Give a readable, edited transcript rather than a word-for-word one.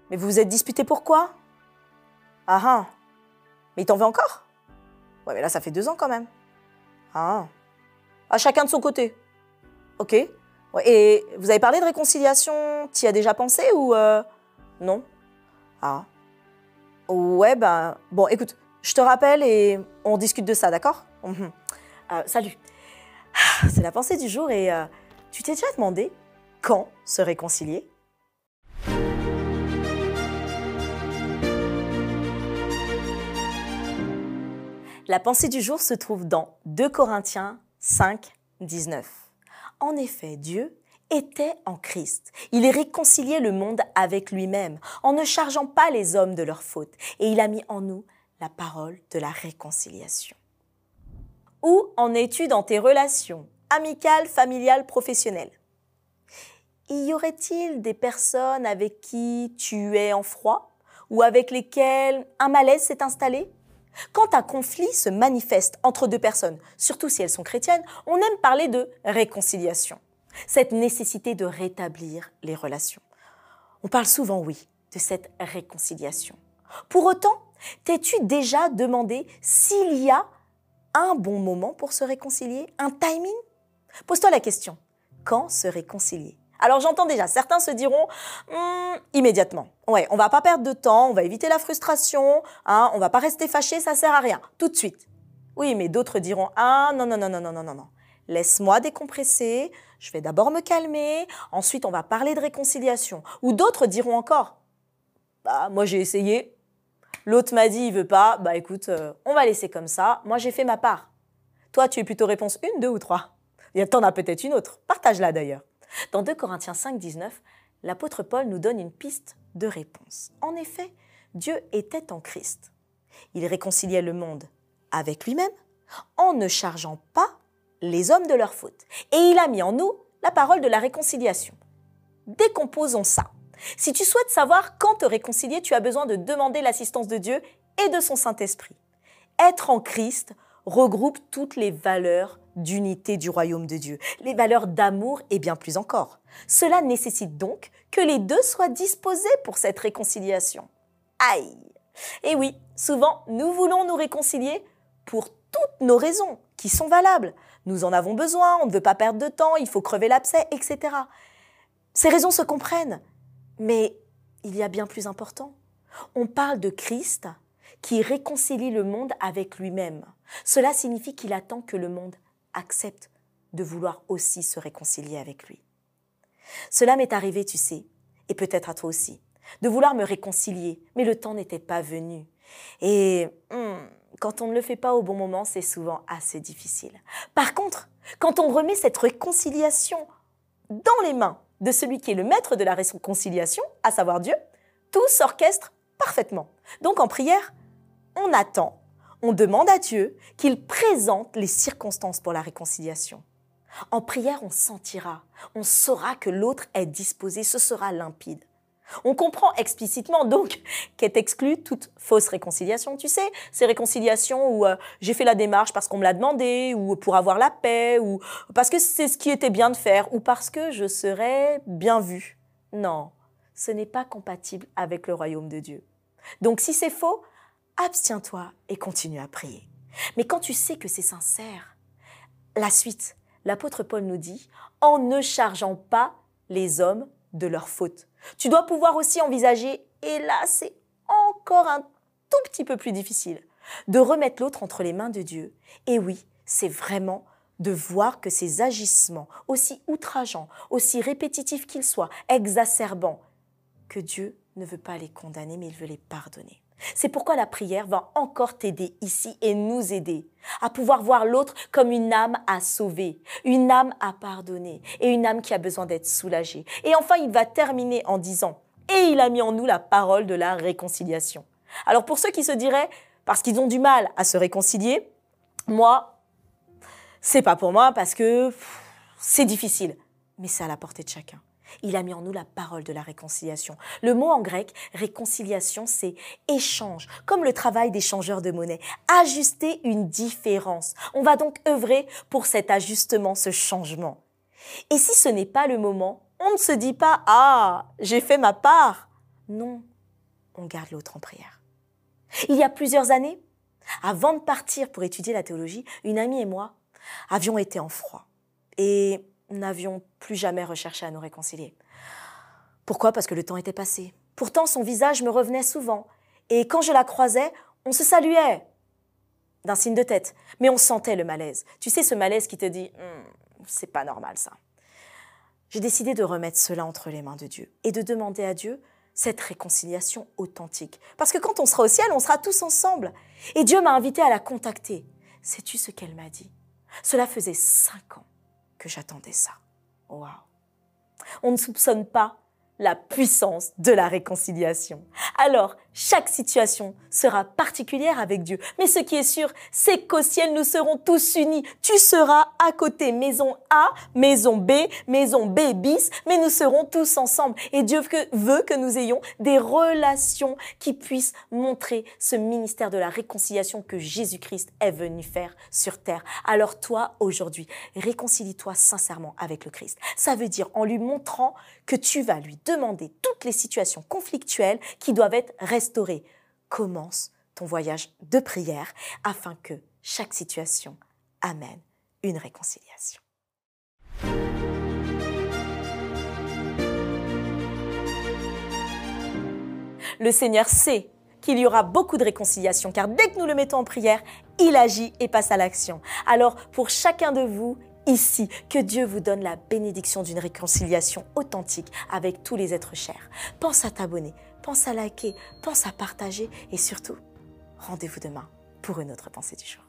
Mais vous vous êtes disputés pourquoi? Ah ah. Mais il t'en veut encore? Ouais, mais là, ça fait 2 ans quand même. Ah. À chacun de son côté. Ok. Ouais, et vous avez parlé de réconciliation, t'y as déjà pensé ou non? Ah. Ouais, ben... Bon, écoute, je te rappelle et on discute de ça, d'accord? Salut. C'est la pensée du jour et tu t'es déjà demandé quand se réconcilier? La pensée du jour se trouve dans 2 Corinthiens 5, 19. En effet, Dieu était en Christ. Il réconciliait le monde avec lui-même en ne chargeant pas les hommes de leurs fautes. Et il a mis en nous la parole de la réconciliation. Où en es-tu dans tes relations amicales, familiales, professionnelles? Y aurait-il des personnes avec qui tu es en froid ou avec lesquelles un malaise s'est installé? Quand un conflit se manifeste entre 2 personnes, surtout si elles sont chrétiennes, on aime parler de réconciliation. Cette nécessité de rétablir les relations. On parle souvent, oui, de cette réconciliation. Pour autant, t'es-tu déjà demandé s'il y a un bon moment pour se réconcilier, un timing? Pose-toi la question, quand se réconcilier? Alors j'entends déjà, certains se diront immédiatement. Ouais, on va pas perdre de temps, on va éviter la frustration, on va pas rester fâché, ça sert à rien, tout de suite. Oui, mais d'autres diront non. Laisse-moi décompresser, je vais d'abord me calmer, ensuite on va parler de réconciliation. Ou d'autres diront encore moi j'ai essayé, l'autre m'a dit il veut pas, écoute, on va laisser comme ça, moi j'ai fait ma part. Toi tu es plutôt réponse 1, 2 ou 3? T'en as peut-être une autre, partage-la d'ailleurs. Dans 2 Corinthiens 5, 19, l'apôtre Paul nous donne une piste de réponse. En effet, Dieu était en Christ. Il réconciliait le monde avec lui-même en ne chargeant pas les hommes de leurs fautes. Et il a mis en nous la parole de la réconciliation. Décomposons ça. Si tu souhaites savoir quand te réconcilier, tu as besoin de demander l'assistance de Dieu et de son Saint-Esprit. Être en Christ regroupe toutes les valeurs d'unité du royaume de Dieu, les valeurs d'amour et bien plus encore. Cela nécessite donc que les 2 soient disposés pour cette réconciliation. Aïe! Et oui, souvent, nous voulons nous réconcilier pour toutes nos raisons qui sont valables. Nous en avons besoin, on ne veut pas perdre de temps, il faut crever l'abcès, etc. Ces raisons se comprennent, mais il y a bien plus important. On parle de Christ qui réconcilie le monde avec lui-même. Cela signifie qu'il attend que le monde accepte de vouloir aussi se réconcilier avec lui. Cela m'est arrivé, tu sais, et peut-être à toi aussi, de vouloir me réconcilier, mais le temps n'était pas venu. Et quand on ne le fait pas au bon moment, c'est souvent assez difficile. Par contre, quand on remet cette réconciliation dans les mains de celui qui est le maître de la réconciliation, à savoir Dieu, tout s'orchestre parfaitement. Donc en prière, on attend, on demande à Dieu qu'il présente les circonstances pour la réconciliation. En prière, on sentira, on saura que l'autre est disposé, ce sera limpide. On comprend explicitement donc qu'est exclue toute fausse réconciliation. Tu sais, ces réconciliations où j'ai fait la démarche parce qu'on me l'a demandé, ou pour avoir la paix, ou parce que c'est ce qui était bien de faire, ou parce que je serais bien vue. Non, ce n'est pas compatible avec le royaume de Dieu. Donc si c'est faux, abstiens-toi et continue à prier. Mais quand tu sais que c'est sincère, la suite, l'apôtre Paul nous dit « en ne chargeant pas les hommes de leurs fautes ». Tu dois pouvoir aussi envisager, et là c'est encore un tout petit peu plus difficile, de remettre l'autre entre les mains de Dieu. Et oui, c'est vraiment de voir que ces agissements, aussi outrageants, aussi répétitifs qu'ils soient, exacerbants, que Dieu ne veut pas les condamner, mais il veut les pardonner. C'est pourquoi la prière va encore t'aider ici et nous aider à pouvoir voir l'autre comme une âme à sauver, une âme à pardonner et une âme qui a besoin d'être soulagée. Et enfin, il va terminer en disant « Et il a mis en nous la parole de la réconciliation ». Alors pour ceux qui se diraient, parce qu'ils ont du mal à se réconcilier, moi, c'est pas pour moi parce que c'est difficile, mais c'est à la portée de chacun. Il a mis en nous la parole de la réconciliation. Le mot en grec, réconciliation, c'est échange, comme le travail d'échangeur de monnaie. Ajuster une différence. On va donc œuvrer pour cet ajustement, ce changement. Et si ce n'est pas le moment, on ne se dit pas « Ah, j'ai fait ma part ». Non, on garde l'autre en prière. Il y a plusieurs années, avant de partir pour étudier la théologie, une amie et moi avions été en froid et n'avions plus jamais recherché à nous réconcilier. Pourquoi? Parce que le temps était passé. Pourtant, son visage me revenait souvent et quand je la croisais, on se saluait d'un signe de tête, mais on sentait le malaise. Tu sais, ce malaise qui te dit « c'est pas normal ça ». J'ai décidé de remettre cela entre les mains de Dieu et de demander à Dieu cette réconciliation authentique. Parce que quand on sera au ciel, on sera tous ensemble. Et Dieu m'a invité à la contacter. Sais-tu ce qu'elle m'a dit? Cela faisait 5 ans que j'attendais ça. Waouh! On ne soupçonne pas la puissance de la réconciliation. Alors, chaque situation sera particulière avec Dieu. Mais ce qui est sûr, c'est qu'au ciel, nous serons tous unis. Tu seras à côté, maison A, maison B bis, mais nous serons tous ensemble. Et Dieu veut que nous ayons des relations qui puissent montrer ce ministère de la réconciliation que Jésus-Christ est venu faire sur terre. Alors toi, aujourd'hui, réconcilie-toi sincèrement avec le Christ. Ça veut dire en lui montrant que tu vas lui demander toutes les situations conflictuelles qui doivent être restaurées. Commence ton voyage de prière afin que chaque situation amène une réconciliation. Le Seigneur sait qu'il y aura beaucoup de réconciliation car dès que nous le mettons en prière, il agit et passe à l'action. Alors pour chacun de vous, ici, que Dieu vous donne la bénédiction d'une réconciliation authentique avec tous les êtres chers. Pense à t'abonner, pense à liker, pense à partager et surtout, rendez-vous demain pour une autre pensée du jour.